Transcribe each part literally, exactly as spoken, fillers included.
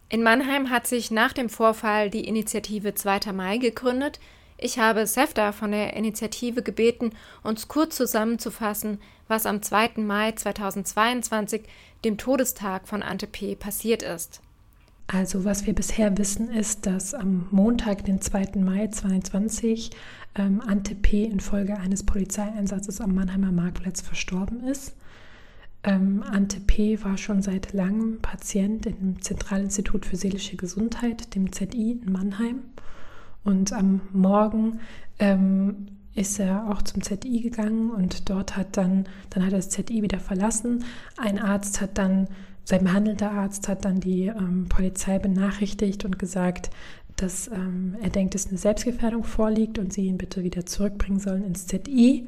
In Mannheim hat sich nach dem Vorfall die Initiative zweiter Mai gegründet. Ich habe Sefta von der Initiative gebeten, uns kurz zusammenzufassen, was am zweiten Mai zweitausendzweiundzwanzig, dem Todestag von Ante P., passiert ist. Also was wir bisher wissen, ist, dass am Montag, den zweiten Mai zweitausendzweiundzwanzig, ähm, Ante P. infolge eines Polizeieinsatzes am Mannheimer Marktplatz verstorben ist. Ähm, Ante P. war schon seit langem Patient im Zentralinstitut für seelische Gesundheit, dem Z I in Mannheim. Und am Morgen ähm, ist er auch zum Z I gegangen und dort hat dann, dann hat er das Z I wieder verlassen. Ein Arzt hat dann, sein behandelnder Arzt hat dann die ähm, Polizei benachrichtigt und gesagt, dass ähm, er denkt, dass eine Selbstgefährdung vorliegt und sie ihn bitte wieder zurückbringen sollen ins Z I.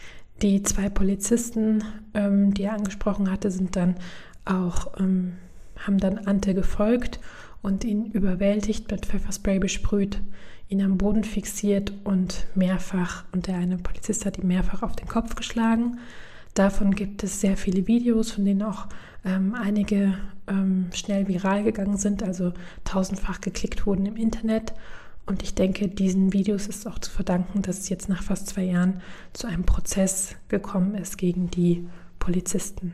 Die zwei Polizisten, ähm, die er angesprochen hatte, sind dann auch, ähm, haben dann Ante gefolgt und ihn überwältigt, mit Pfefferspray besprüht, ihn am Boden fixiert und mehrfach, und der eine Polizist hat ihn mehrfach auf den Kopf geschlagen. Davon gibt es sehr viele Videos, von denen auch ähm, einige ähm, schnell viral gegangen sind, also tausendfach geklickt wurden im Internet. Und ich denke, diesen Videos ist auch zu verdanken, dass es jetzt nach fast zwei Jahren zu einem Prozess gekommen ist gegen die Polizisten.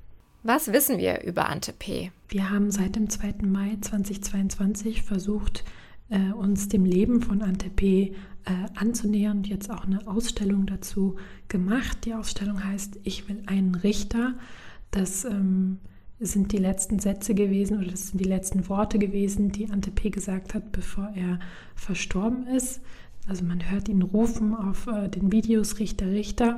Was wissen wir über Ante P.? Wir haben seit dem zweiten Mai zweitausendzweiundzwanzig versucht, äh, uns dem Leben von Ante P. Äh, anzunähern und jetzt auch eine Ausstellung dazu gemacht. Die Ausstellung heißt Ich will einen Richter. Das ähm, sind die letzten Sätze gewesen oder das sind die letzten Worte gewesen, die Ante P. gesagt hat, bevor er verstorben ist. Also man hört ihn rufen auf äh, den Videos Richter, Richter.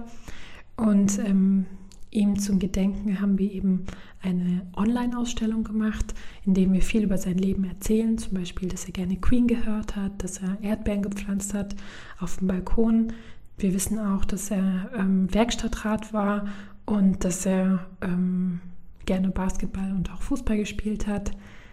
Und ähm, ihm zum Gedenken haben wir eben eine Online-Ausstellung gemacht, in der wir viel über sein Leben erzählen. Zum Beispiel, dass er gerne Queen gehört hat, dass er Erdbeeren gepflanzt hat auf dem Balkon. Wir wissen auch, dass er ähm, Werkstattrat war und dass er ähm, gerne Basketball und auch Fußball gespielt hat.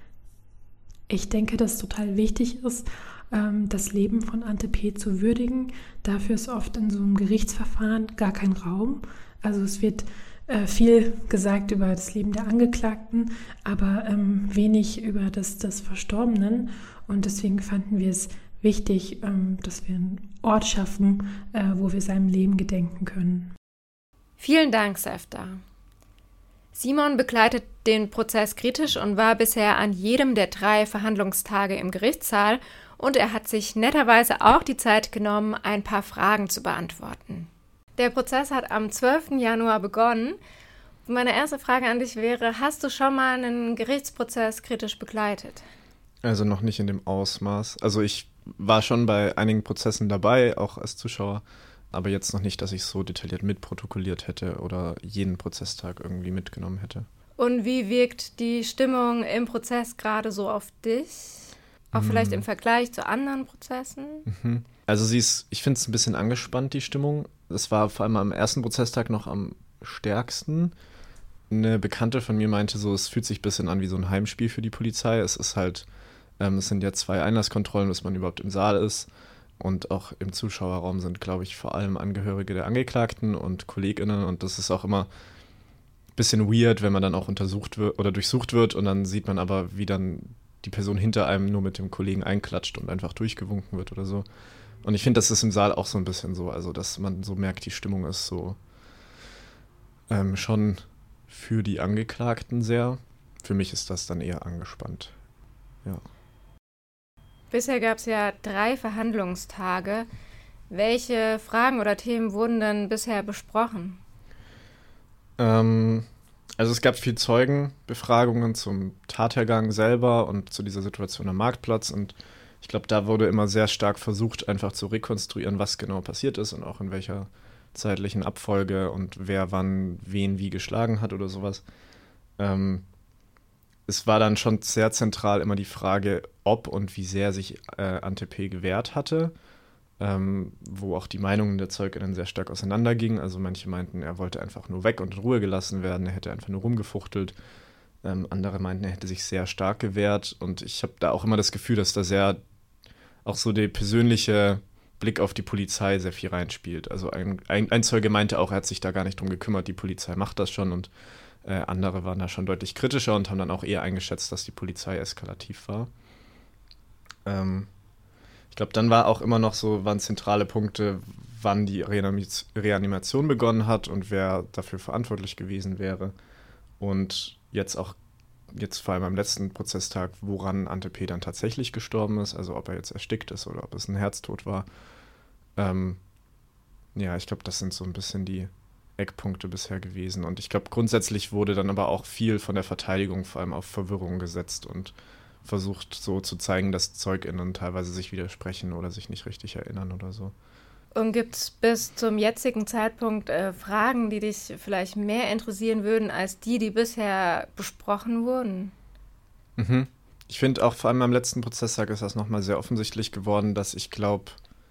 Ich denke, dass es total wichtig ist, ähm, das Leben von Ante P. zu würdigen. Dafür ist oft in so einem Gerichtsverfahren gar kein Raum. Also es wird äh, viel gesagt über das Leben der Angeklagten, aber ähm, wenig über das des Verstorbenen. Und deswegen fanden wir es wichtig, ähm, dass wir einen Ort schaffen, äh, wo wir seinem Leben gedenken können. Vielen Dank, Sefta. Simon begleitet den Prozess kritisch und war bisher an jedem der drei Verhandlungstage im Gerichtssaal und er hat sich netterweise auch die Zeit genommen, ein paar Fragen zu beantworten. Der Prozess hat am zwölften Januar begonnen. Meine erste Frage an dich wäre, hast du schon mal einen Gerichtsprozess kritisch begleitet? Also noch nicht in dem Ausmaß. Also ich war schon bei einigen Prozessen dabei, auch als Zuschauer. Aber jetzt noch nicht, dass ich so detailliert mitprotokolliert hätte oder jeden Prozesstag irgendwie mitgenommen hätte. Und wie wirkt die Stimmung im Prozess gerade so auf dich? Auch mhm. vielleicht im Vergleich zu anderen Prozessen? Mhm. Also sie ist, ich finde es ein bisschen angespannt, die Stimmung. Es war vor allem am ersten Prozesstag noch am stärksten. Eine Bekannte von mir meinte so, es fühlt sich ein bisschen an wie so ein Heimspiel für die Polizei. Es ist halt, ähm, es sind ja zwei Einlasskontrollen, bis man überhaupt im Saal ist. Und auch im Zuschauerraum sind, glaube ich, vor allem Angehörige der Angeklagten und KollegInnen. Und das ist auch immer ein bisschen weird, wenn man dann auch untersucht wird oder durchsucht wird. Und dann sieht man aber, wie dann die Person hinter einem nur mit dem Kollegen einklatscht und einfach durchgewunken wird oder so. Und ich finde, das ist im Saal auch so ein bisschen so. Also, dass man so merkt, die Stimmung ist so ähm, schon für die Angeklagten sehr. Für mich ist das dann eher angespannt. Ja. Bisher gab es ja drei Verhandlungstage. Welche Fragen oder Themen wurden denn bisher besprochen? Ähm, also es gab viel Zeugenbefragungen zum Tathergang selber und zu dieser Situation am Marktplatz. Und ich glaube, da wurde immer sehr stark versucht, einfach zu rekonstruieren, was genau passiert ist und auch in welcher zeitlichen Abfolge und wer wann wen wie geschlagen hat oder sowas. Ähm, Es war dann schon sehr zentral immer die Frage, ob und wie sehr sich äh, Ante P. gewehrt hatte, ähm, wo auch die Meinungen der ZeugInnen sehr stark auseinandergingen. Also manche meinten, er wollte einfach nur weg und in Ruhe gelassen werden, er hätte einfach nur rumgefuchtelt. Ähm, andere meinten, er hätte sich sehr stark gewehrt. Und ich habe da auch immer das Gefühl, dass da sehr auch so der persönliche Blick auf die Polizei sehr viel reinspielt. Also ein, ein, ein Zeuge meinte auch, er hat sich da gar nicht drum gekümmert, die Polizei macht das schon und Äh, andere waren da schon deutlich kritischer und haben dann auch eher eingeschätzt, dass die Polizei eskalativ war. Ähm, ich glaube, dann war auch immer noch so, waren zentrale Punkte, wann die Reanimation, Reanimation begonnen hat und wer dafür verantwortlich gewesen wäre. Und jetzt auch, jetzt vor allem am letzten Prozesstag, woran Ante P. dann tatsächlich gestorben ist, also ob er jetzt erstickt ist oder ob es ein Herztod war. Ähm, ja, ich glaube, das sind so ein bisschen die Eckpunkte bisher gewesen. Und ich glaube, grundsätzlich wurde dann aber auch viel von der Verteidigung vor allem auf Verwirrung gesetzt und versucht so zu zeigen, dass ZeugInnen teilweise sich widersprechen oder sich nicht richtig erinnern oder so. Und gibt es bis zum jetzigen Zeitpunkt äh, Fragen, die dich vielleicht mehr interessieren würden, als die, die bisher besprochen wurden? Mhm. Ich finde auch vor allem am letzten Prozesstag ist das nochmal sehr offensichtlich geworden, dass ich glaube,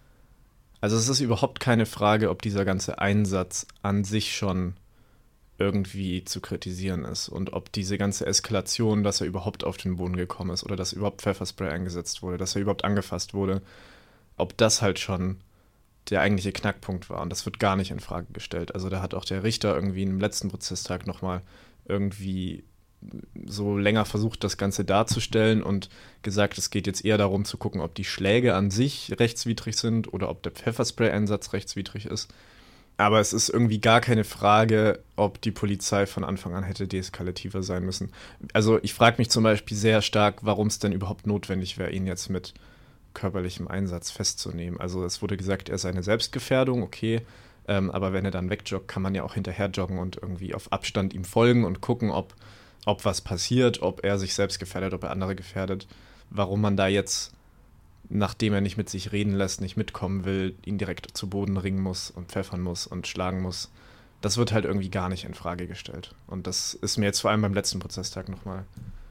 also es ist überhaupt keine Frage, ob dieser ganze Einsatz an sich schon irgendwie zu kritisieren ist und ob diese ganze Eskalation, dass er überhaupt auf den Boden gekommen ist oder dass überhaupt Pfefferspray eingesetzt wurde, dass er überhaupt angefasst wurde, ob das halt schon der eigentliche Knackpunkt war. Und das wird gar nicht in Frage gestellt. Also da hat auch der Richter irgendwie im letzten Prozesstag nochmal irgendwie so länger versucht, das Ganze darzustellen und gesagt, es geht jetzt eher darum zu gucken, ob die Schläge an sich rechtswidrig sind oder ob der Pfefferspray-Einsatz rechtswidrig ist. Aber es ist irgendwie gar keine Frage, ob die Polizei von Anfang an hätte deeskalativer sein müssen. Also ich frage mich zum Beispiel sehr stark, warum es denn überhaupt notwendig wäre, ihn jetzt mit körperlichem Einsatz festzunehmen. Also es wurde gesagt, er sei eine Selbstgefährdung, okay, ähm, aber wenn er dann wegjoggt, kann man ja auch hinterher joggen und irgendwie auf Abstand ihm folgen und gucken, ob, ob was passiert, ob er sich selbst gefährdet, ob er andere gefährdet. Warum man da jetzt, nachdem er nicht mit sich reden lässt, nicht mitkommen will, ihn direkt zu Boden ringen muss und pfeffern muss und schlagen muss, das wird halt irgendwie gar nicht in Frage gestellt. Und das ist mir jetzt vor allem beim letzten Prozesstag nochmal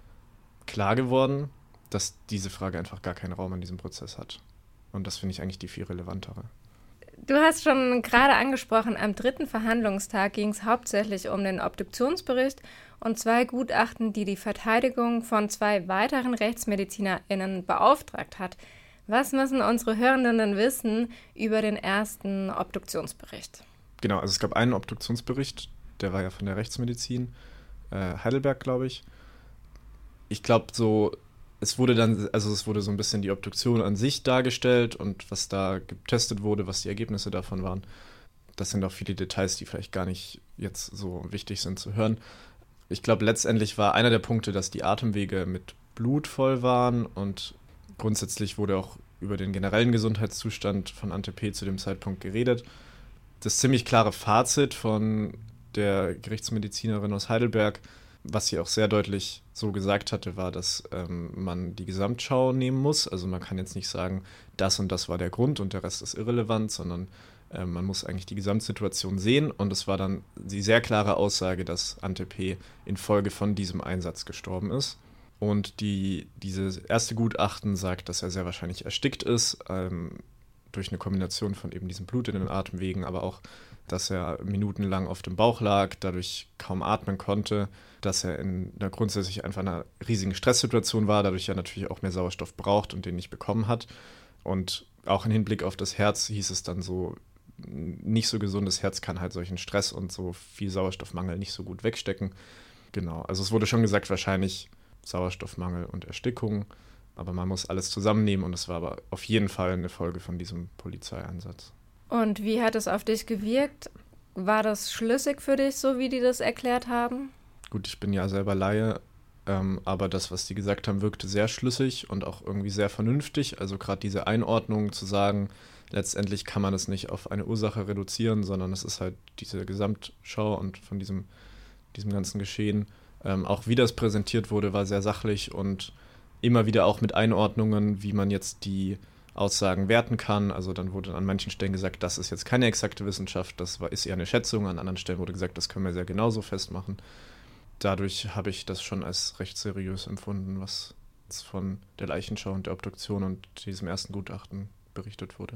klar geworden, dass diese Frage einfach gar keinen Raum in diesem Prozess hat. Und das finde ich eigentlich die viel relevantere. Du hast schon gerade angesprochen, am dritten Verhandlungstag ging es hauptsächlich um den Obduktionsbericht und zwei Gutachten, die die Verteidigung von zwei weiteren RechtsmedizinerInnen beauftragt hat. Was müssen unsere Hörenden denn wissen über den ersten Obduktionsbericht? Genau, also es gab einen Obduktionsbericht, der war ja von der Rechtsmedizin, äh, Heidelberg, glaube ich. Ich glaube, so, es wurde dann, also es wurde so ein bisschen die Obduktion an sich dargestellt und was da getestet wurde, was die Ergebnisse davon waren. Das sind auch viele Details, die vielleicht gar nicht jetzt so wichtig sind zu hören. Ich glaube, letztendlich war einer der Punkte, dass die Atemwege mit Blut voll waren und grundsätzlich wurde auch über den generellen Gesundheitszustand von Ante P. zu dem Zeitpunkt geredet. Das ziemlich klare Fazit von der Gerichtsmedizinerin aus Heidelberg, was sie auch sehr deutlich so gesagt hatte, war, dass ähm, man die Gesamtschau nehmen muss. Also man kann jetzt nicht sagen, das und das war der Grund und der Rest ist irrelevant, sondern äh, man muss eigentlich die Gesamtsituation sehen. Und es war dann die sehr klare Aussage, dass Ante P. infolge von diesem Einsatz gestorben ist. Und die, dieses erste Gutachten sagt, dass er sehr wahrscheinlich erstickt ist, ähm, durch eine Kombination von eben diesem Blut in den Atemwegen, aber auch, dass er minutenlang auf dem Bauch lag, dadurch kaum atmen konnte, dass er in einer grundsätzlich einfach einer riesigen Stresssituation war, dadurch ja natürlich auch mehr Sauerstoff braucht und den nicht bekommen hat. Und auch im Hinblick auf das Herz hieß es dann so, nicht so gesundes Herz kann halt solchen Stress und so viel Sauerstoffmangel nicht so gut wegstecken. Genau, also es wurde schon gesagt, wahrscheinlich Sauerstoffmangel und Erstickung, aber man muss alles zusammennehmen und es war aber auf jeden Fall eine Folge von diesem Polizeieinsatz. Und wie hat es auf dich gewirkt? War das schlüssig für dich, so wie die das erklärt haben? Gut, ich bin ja selber Laie, ähm, aber das, was die gesagt haben, wirkte sehr schlüssig und auch irgendwie sehr vernünftig. Also gerade diese Einordnung zu sagen, letztendlich kann man es nicht auf eine Ursache reduzieren, sondern es ist halt diese Gesamtschau und von diesem, diesem ganzen Geschehen. Ähm, auch wie das präsentiert wurde, war sehr sachlich und immer wieder auch mit Einordnungen, wie man jetzt die Aussagen werten kann. Also dann wurde an manchen Stellen gesagt, das ist jetzt keine exakte Wissenschaft, das war, ist eher eine Schätzung. An anderen Stellen wurde gesagt, das können wir sehr genauso festmachen. Dadurch habe ich das schon als recht seriös empfunden, was jetzt von der Leichenschau und der Obduktion und diesem ersten Gutachten berichtet wurde.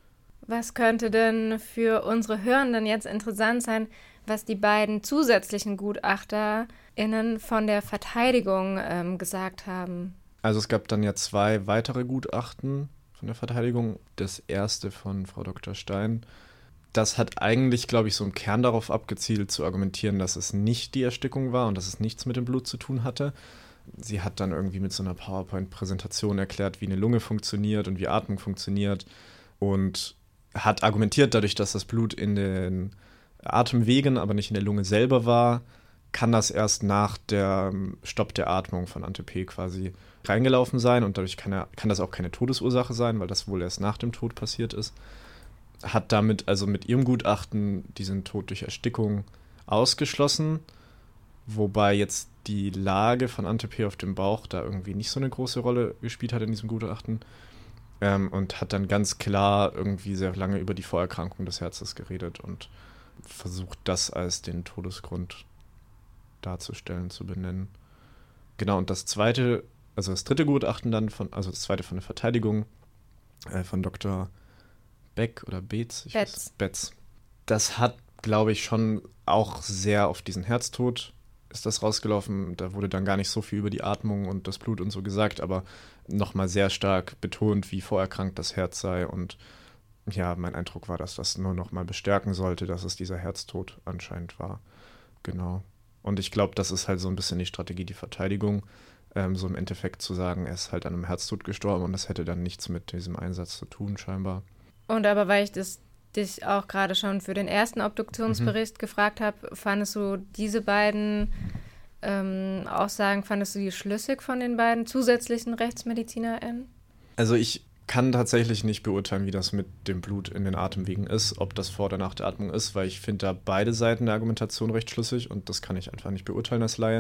Was könnte denn für unsere Hörenden jetzt interessant sein, was die beiden zusätzlichen GutachterInnen von der Verteidigung ähm, gesagt haben? Also es gab dann ja zwei weitere Gutachten von der Verteidigung. Das erste von Frau Doktor Stein, Das hat eigentlich, glaube ich, so im Kern darauf abgezielt, zu argumentieren, dass es nicht die Erstickung war und dass es nichts mit dem Blut zu tun hatte. Sie hat dann irgendwie mit so einer PowerPoint-Präsentation erklärt, wie eine Lunge funktioniert und wie Atmung funktioniert und hat argumentiert, dadurch, dass das Blut in den Atemwegen, aber nicht in der Lunge selber war, kann das erst nach dem Stopp der Atmung von Ante P. quasi reingelaufen sein und dadurch kann, er, kann das auch keine Todesursache sein, weil das wohl erst nach dem Tod passiert ist. Hat damit also mit ihrem Gutachten diesen Tod durch Erstickung ausgeschlossen, wobei jetzt die Lage von Ante P. auf dem Bauch da irgendwie nicht so eine große Rolle gespielt hat in diesem Gutachten ähm, und hat dann ganz klar irgendwie sehr lange über die Vorerkrankung des Herzens geredet und versucht, das als den Todesgrund darzustellen, zu benennen. Genau, und das zweite, also das dritte Gutachten dann, von, also das zweite von der Verteidigung äh, von Doktor Beck oder Betz? Ich Betz. Weiß, Betz. Das hat, glaube ich, schon auch sehr auf diesen Herztod ist das rausgelaufen. Da wurde dann gar nicht so viel über die Atmung und das Blut und so gesagt, aber nochmal sehr stark betont, wie vorerkrankt das Herz sei. Und ja, mein Eindruck war, dass das nur nochmal bestärken sollte, dass es dieser Herztod anscheinend war. Genau. Und ich glaube, das ist halt so ein bisschen die Strategie, die Verteidigung, ähm, so im Endeffekt zu sagen, er ist halt an einem Herztod gestorben und das hätte dann nichts mit diesem Einsatz zu tun, scheinbar. Und aber weil ich das, dich auch gerade schon für den ersten Obduktionsbericht mhm. gefragt habe, fandest du diese beiden ähm, Aussagen, fandest du die schlüssig von den beiden zusätzlichen RechtsmedizinerInnen? Also ich kann tatsächlich nicht beurteilen, wie das mit dem Blut in den Atemwegen ist, ob das vor oder nach der Atmung ist, weil ich finde da beide Seiten der Argumentation recht schlüssig und das kann ich einfach nicht beurteilen als Laie.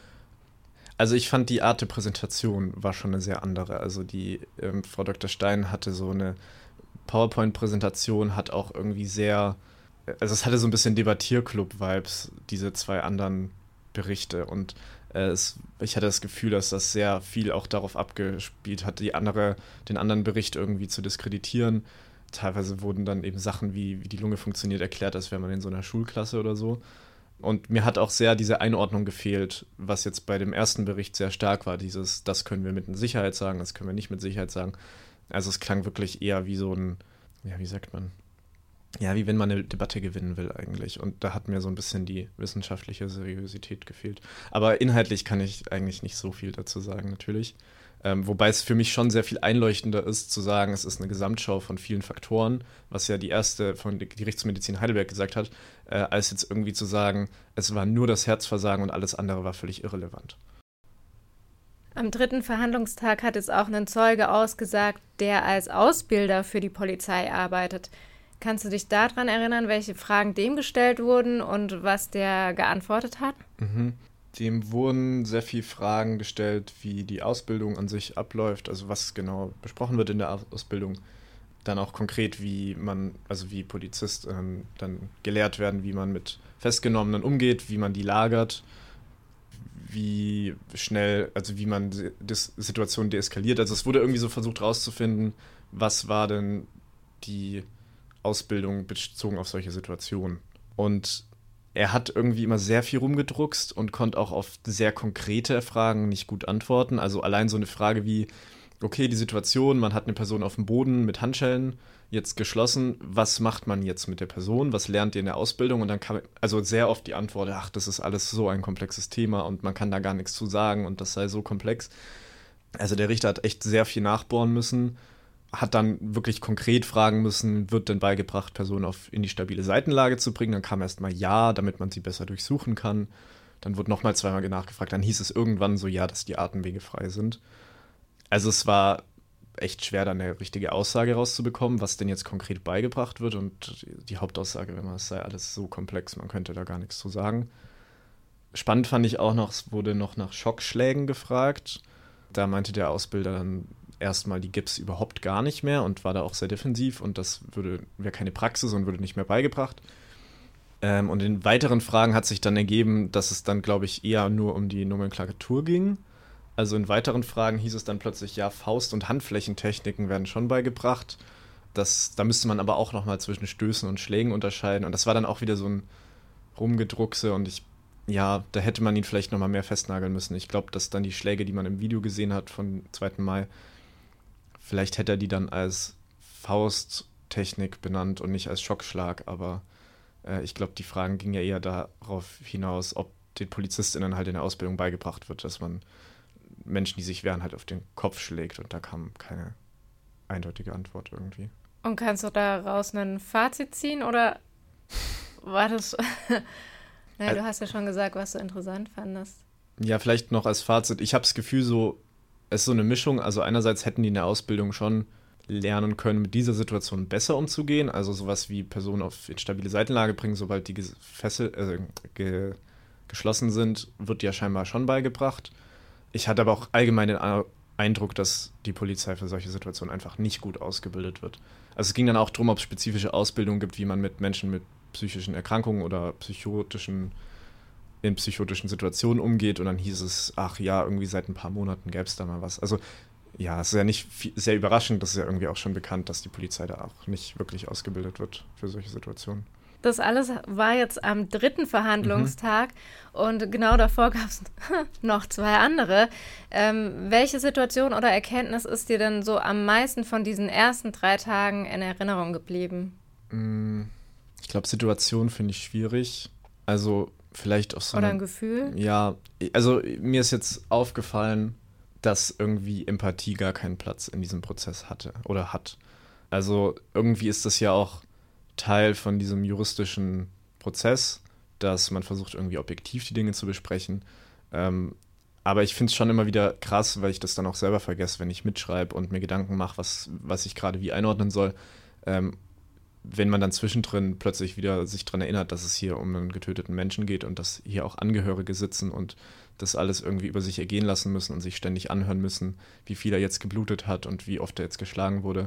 Also ich fand, die Art der Präsentation war schon eine sehr andere. Also die ähm, Frau Doktor Stein hatte so eine PowerPoint-Präsentation, hat auch irgendwie sehr, also es hatte so ein bisschen Debattierclub-Vibes, diese zwei anderen Berichte und äh, es, ich hatte das Gefühl, dass das sehr viel auch darauf abgespielt hat, die andere, den anderen Bericht irgendwie zu diskreditieren. Teilweise wurden dann eben Sachen wie, wie die Lunge funktioniert erklärt, als wäre man in so einer Schulklasse oder so. Und mir hat auch sehr diese Einordnung gefehlt, was jetzt bei dem ersten Bericht sehr stark war, dieses, das können wir mit Sicherheit sagen, das können wir nicht mit Sicherheit sagen. Also es klang wirklich eher wie so ein, ja, wie sagt man, ja, wie wenn man eine Debatte gewinnen will eigentlich. Und da hat mir so ein bisschen die wissenschaftliche Seriosität gefehlt. Aber inhaltlich kann ich eigentlich nicht so viel dazu sagen, natürlich. Ähm, wobei es für mich schon sehr viel einleuchtender ist, zu sagen, es ist eine Gesamtschau von vielen Faktoren, was ja die erste von die Rechtsmedizin Heidelberg gesagt hat, äh, als jetzt irgendwie zu sagen, es war nur das Herzversagen und alles andere war völlig irrelevant. Am dritten Verhandlungstag hat es auch ein Zeuge ausgesagt, der als Ausbilder für die Polizei arbeitet. Kannst du dich daran erinnern, welche Fragen dem gestellt wurden und was der geantwortet hat? Mhm. Dem wurden sehr viele Fragen gestellt, wie die Ausbildung an sich abläuft, also was genau besprochen wird in der Ausbildung. Dann auch konkret, wie man, also wie Polizist ähm, dann gelehrt werden, wie man mit Festgenommenen umgeht, wie man die lagert, wie schnell, also wie man die Situation deeskaliert. Also es wurde irgendwie so versucht rauszufinden, was war denn die Ausbildung bezogen auf solche Situationen. Und er hat irgendwie immer sehr viel rumgedruckst und konnte auch auf sehr konkrete Fragen nicht gut antworten. Also allein so eine Frage wie, okay, die Situation, man hat eine Person auf dem Boden mit Handschellen jetzt geschlossen, was macht man jetzt mit der Person, was lernt ihr in der Ausbildung? Und dann kam also sehr oft die Antwort, ach, das ist alles so ein komplexes Thema und man kann da gar nichts zu sagen und das sei so komplex. Also der Richter hat echt sehr viel nachbohren müssen, hat dann wirklich konkret fragen müssen, wird denn beigebracht, Personen auf in die stabile Seitenlage zu bringen? Dann kam erst mal ja, damit man sie besser durchsuchen kann. Dann wurde nochmal zweimal nachgefragt, dann hieß es irgendwann so, ja, dass die Atemwege frei sind. Also es war echt schwer, dann eine richtige Aussage rauszubekommen, was denn jetzt konkret beigebracht wird. Und die Hauptaussage, wenn man es sei alles so komplex, man könnte da gar nichts zu sagen. Spannend fand ich auch noch, es wurde noch nach Schockschlägen gefragt. Da meinte der Ausbilder dann erstmal, die gibt's überhaupt gar nicht mehr und war da auch sehr defensiv und das würde wäre keine Praxis und würde nicht mehr beigebracht. Ähm, und in weiteren Fragen hat sich dann ergeben, dass es dann, glaube ich, eher nur um die Nomenklatur ging. Also in weiteren Fragen hieß es dann plötzlich, ja, Faust- und Handflächentechniken werden schon beigebracht. Das, da müsste man aber auch nochmal zwischen Stößen und Schlägen unterscheiden. Und das war dann auch wieder so ein Rumgedruckse und ich, ja, da hätte man ihn vielleicht nochmal mehr festnageln müssen. Ich glaube, dass dann die Schläge, die man im Video gesehen hat von zweiten Mai, vielleicht hätte er die dann als Faust Schocktechnik benannt und nicht als Schockschlag, aber äh, ich glaube, die Fragen gingen ja eher darauf hinaus, ob den PolizistInnen halt in der Ausbildung beigebracht wird, dass man Menschen, die sich wehren, halt auf den Kopf schlägt, und da kam keine eindeutige Antwort irgendwie. Und kannst du daraus ein Fazit ziehen, oder war das... naja, du hast ja schon gesagt, was du interessant fandest. Ja, vielleicht noch als Fazit. Ich habe das Gefühl, so, es ist so eine Mischung. Also einerseits hätten die in der Ausbildung schon lernen können, mit dieser Situation besser umzugehen. Also sowas wie Personen auf instabile Seitenlage bringen, sobald die gefesselt, äh, ge, geschlossen sind, wird ja scheinbar schon beigebracht. Ich hatte aber auch allgemein den Eindruck, dass die Polizei für solche Situationen einfach nicht gut ausgebildet wird. Also es ging dann auch darum, ob es spezifische Ausbildungen gibt, wie man mit Menschen mit psychischen Erkrankungen oder psychotischen, in psychotischen Situationen umgeht. Und dann hieß es, ach ja, irgendwie seit ein paar Monaten gäbe es da mal was. Also ja, es ist ja nicht viel, sehr überraschend, das ist ja irgendwie auch schon bekannt, dass die Polizei da auch nicht wirklich ausgebildet wird für solche Situationen. Das alles war jetzt am dritten Verhandlungstag mhm. und genau davor gab es noch zwei andere. Ähm, welche Situation oder Erkenntnis ist dir denn so am meisten von diesen ersten drei Tagen in Erinnerung geblieben? Ich glaube, Situation finde ich schwierig. Also vielleicht auch so Oder eine, ein Gefühl? Ja, also mir ist jetzt aufgefallen, dass irgendwie Empathie gar keinen Platz in diesem Prozess hatte oder hat. Also irgendwie ist das ja auch Teil von diesem juristischen Prozess, dass man versucht, irgendwie objektiv die Dinge zu besprechen. Ähm, aber ich finde es schon immer wieder krass, weil ich das dann auch selber vergesse, wenn ich mitschreibe und mir Gedanken mache, was, was ich gerade wie einordnen soll. Ähm, wenn man dann zwischendrin plötzlich wieder sich daran erinnert, dass es hier um einen getöteten Menschen geht und dass hier auch Angehörige sitzen und das alles irgendwie über sich ergehen lassen müssen und sich ständig anhören müssen, wie viel er jetzt geblutet hat und wie oft er jetzt geschlagen wurde.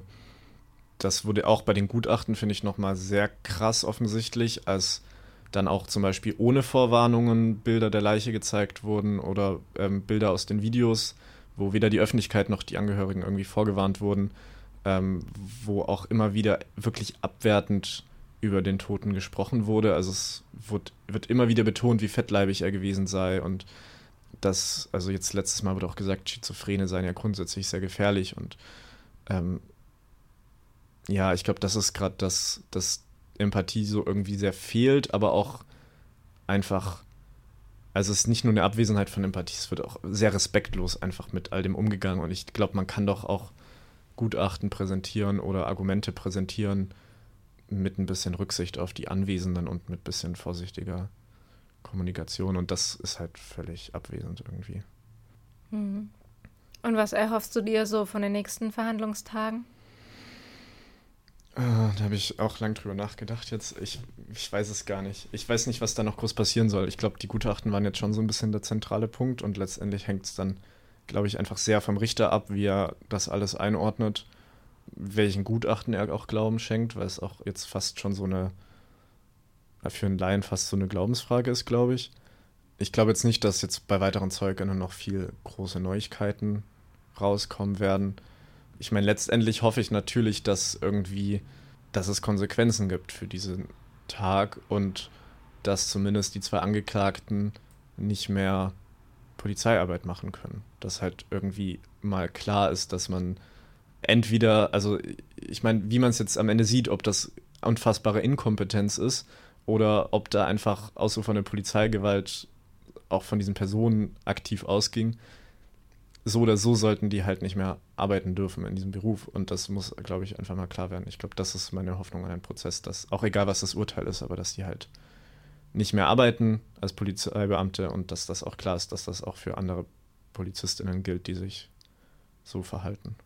Das wurde auch bei den Gutachten, finde ich, nochmal sehr krass offensichtlich, als dann auch zum Beispiel ohne Vorwarnungen Bilder der Leiche gezeigt wurden oder ähm, Bilder aus den Videos, wo weder die Öffentlichkeit noch die Angehörigen irgendwie vorgewarnt wurden, ähm, wo auch immer wieder wirklich abwertend über den Toten gesprochen wurde. Also es wird, wird immer wieder betont, wie fettleibig er gewesen sei und das, also jetzt letztes Mal wurde auch gesagt, Schizophrene seien ja grundsätzlich sehr gefährlich und ähm, ja, ich glaube, das ist gerade das, dass Empathie so irgendwie sehr fehlt, aber auch einfach, also es ist nicht nur eine Abwesenheit von Empathie, es wird auch sehr respektlos einfach mit all dem umgegangen und ich glaube, man kann doch auch Gutachten präsentieren oder Argumente präsentieren mit ein bisschen Rücksicht auf die Anwesenden und mit ein bisschen vorsichtiger Kommunikation und das ist halt völlig abwesend irgendwie. Mhm. Und was erhoffst du dir so von den nächsten Verhandlungstagen? Da habe ich auch lang drüber nachgedacht jetzt. Ich, ich weiß es gar nicht. Ich weiß nicht, was da noch groß passieren soll. Ich glaube, die Gutachten waren jetzt schon so ein bisschen der zentrale Punkt und letztendlich hängt es dann, glaube ich, einfach sehr vom Richter ab, wie er das alles einordnet, welchen Gutachten er auch Glauben schenkt, weil es auch jetzt fast schon so eine, für einen Laien fast so eine Glaubensfrage ist, glaube ich. Ich glaube jetzt nicht, dass jetzt bei weiteren Zeuginnen noch viel große Neuigkeiten rauskommen werden. Ich meine, letztendlich hoffe ich natürlich, dass irgendwie, dass es Konsequenzen gibt für diesen Tag und dass zumindest die zwei Angeklagten nicht mehr Polizeiarbeit machen können. Dass halt irgendwie mal klar ist, dass man entweder, also ich meine, wie man es jetzt am Ende sieht, ob das unfassbare Inkompetenz ist oder ob da einfach ausufernde Polizeigewalt auch von diesen Personen aktiv ausging. So oder so sollten die halt nicht mehr arbeiten dürfen in diesem Beruf. Und das muss, glaube ich, einfach mal klar werden. Ich glaube, das ist meine Hoffnung an den Prozess, dass, auch egal was das Urteil ist, aber dass die halt nicht mehr arbeiten als Polizeibeamte und dass das auch klar ist, dass das auch für andere PolizistInnen gilt, die sich so verhalten.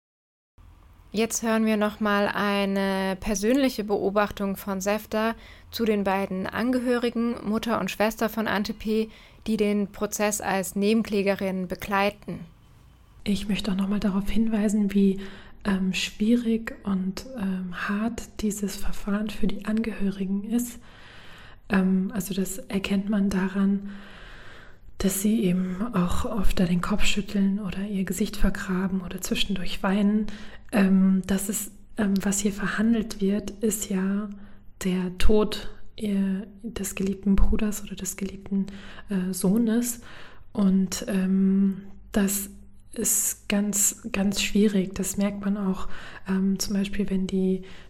Jetzt hören wir nochmal eine persönliche Beobachtung von Sefta zu den beiden Angehörigen, Mutter und Schwester von Ante P., die den Prozess als Nebenklägerin begleiten. Ich möchte auch nochmal darauf hinweisen, wie ähm, schwierig und ähm, hart dieses Verfahren für die Angehörigen ist. Ähm, also das erkennt man daran, dass sie eben auch oft den Kopf schütteln oder ihr Gesicht vergraben oder zwischendurch weinen. Ähm, das ist, ähm, was hier verhandelt wird, ist ja der Tod ihr, des geliebten Bruders oder des geliebten äh, Sohnes. Und ähm, das ist ganz, ganz schwierig. Das merkt man auch ähm, zum Beispiel, wenn die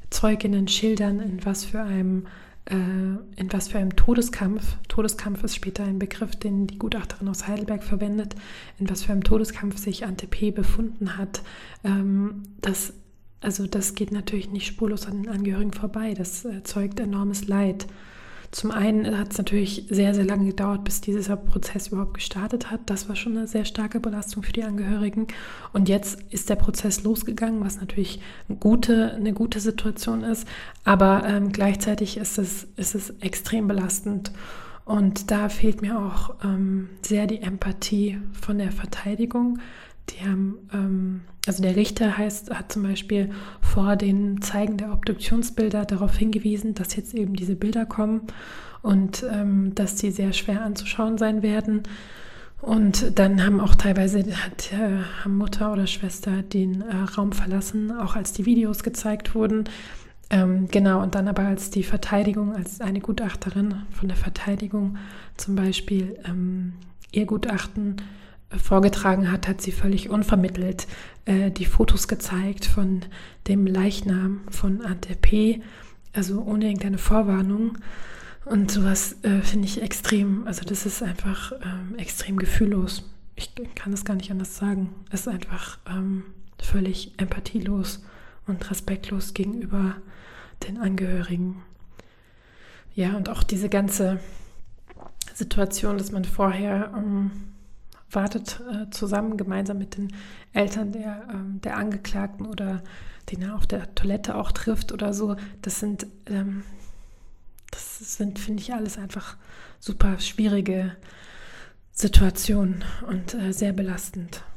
Zeuginnen schildern, in was für einem in was für einem Todeskampf, Todeskampf ist später ein Begriff, den die Gutachterin aus Heidelberg verwendet, in was für einem Todeskampf sich Ante P. befunden hat. Das, also das geht natürlich nicht spurlos an den Angehörigen vorbei. Das erzeugt enormes Leid. Zum einen hat es natürlich sehr, sehr lange gedauert, bis dieser Prozess überhaupt gestartet hat. Das war schon eine sehr starke Belastung für die Angehörigen. Und jetzt ist der Prozess losgegangen, was natürlich eine gute, eine gute Situation ist. Aber ähm, gleichzeitig ist es, ist es extrem belastend. Und da fehlt mir auch ähm, sehr die Empathie von der Verteidigung. Die haben, ähm, also der Richter heißt, hat zum Beispiel vor dem Zeigen der Obduktionsbilder darauf hingewiesen, dass jetzt eben diese Bilder kommen und ähm, dass die sehr schwer anzuschauen sein werden. Und dann haben auch teilweise hat, äh, haben Mutter oder Schwester den äh, Raum verlassen, auch als die Videos gezeigt wurden. Ähm, genau, und dann aber als die Verteidigung, als eine Gutachterin von der Verteidigung zum Beispiel ähm, ihr Gutachten vorgetragen hat, hat sie völlig unvermittelt äh, die Fotos gezeigt von dem Leichnam von Ante P., also ohne irgendeine Vorwarnung. Und sowas äh, finde ich extrem, also das ist einfach ähm, extrem gefühllos. Ich kann das gar nicht anders sagen. Es ist einfach ähm, völlig empathielos und respektlos gegenüber den Angehörigen. Ja, und auch diese ganze Situation, dass man vorher ähm, wartet äh, zusammen, gemeinsam mit den Eltern der, ähm, der Angeklagten oder den er auf der Toilette auch trifft oder so. Das sind, ähm, das sind, finde ich, alles einfach super schwierige Situationen und äh, sehr belastend.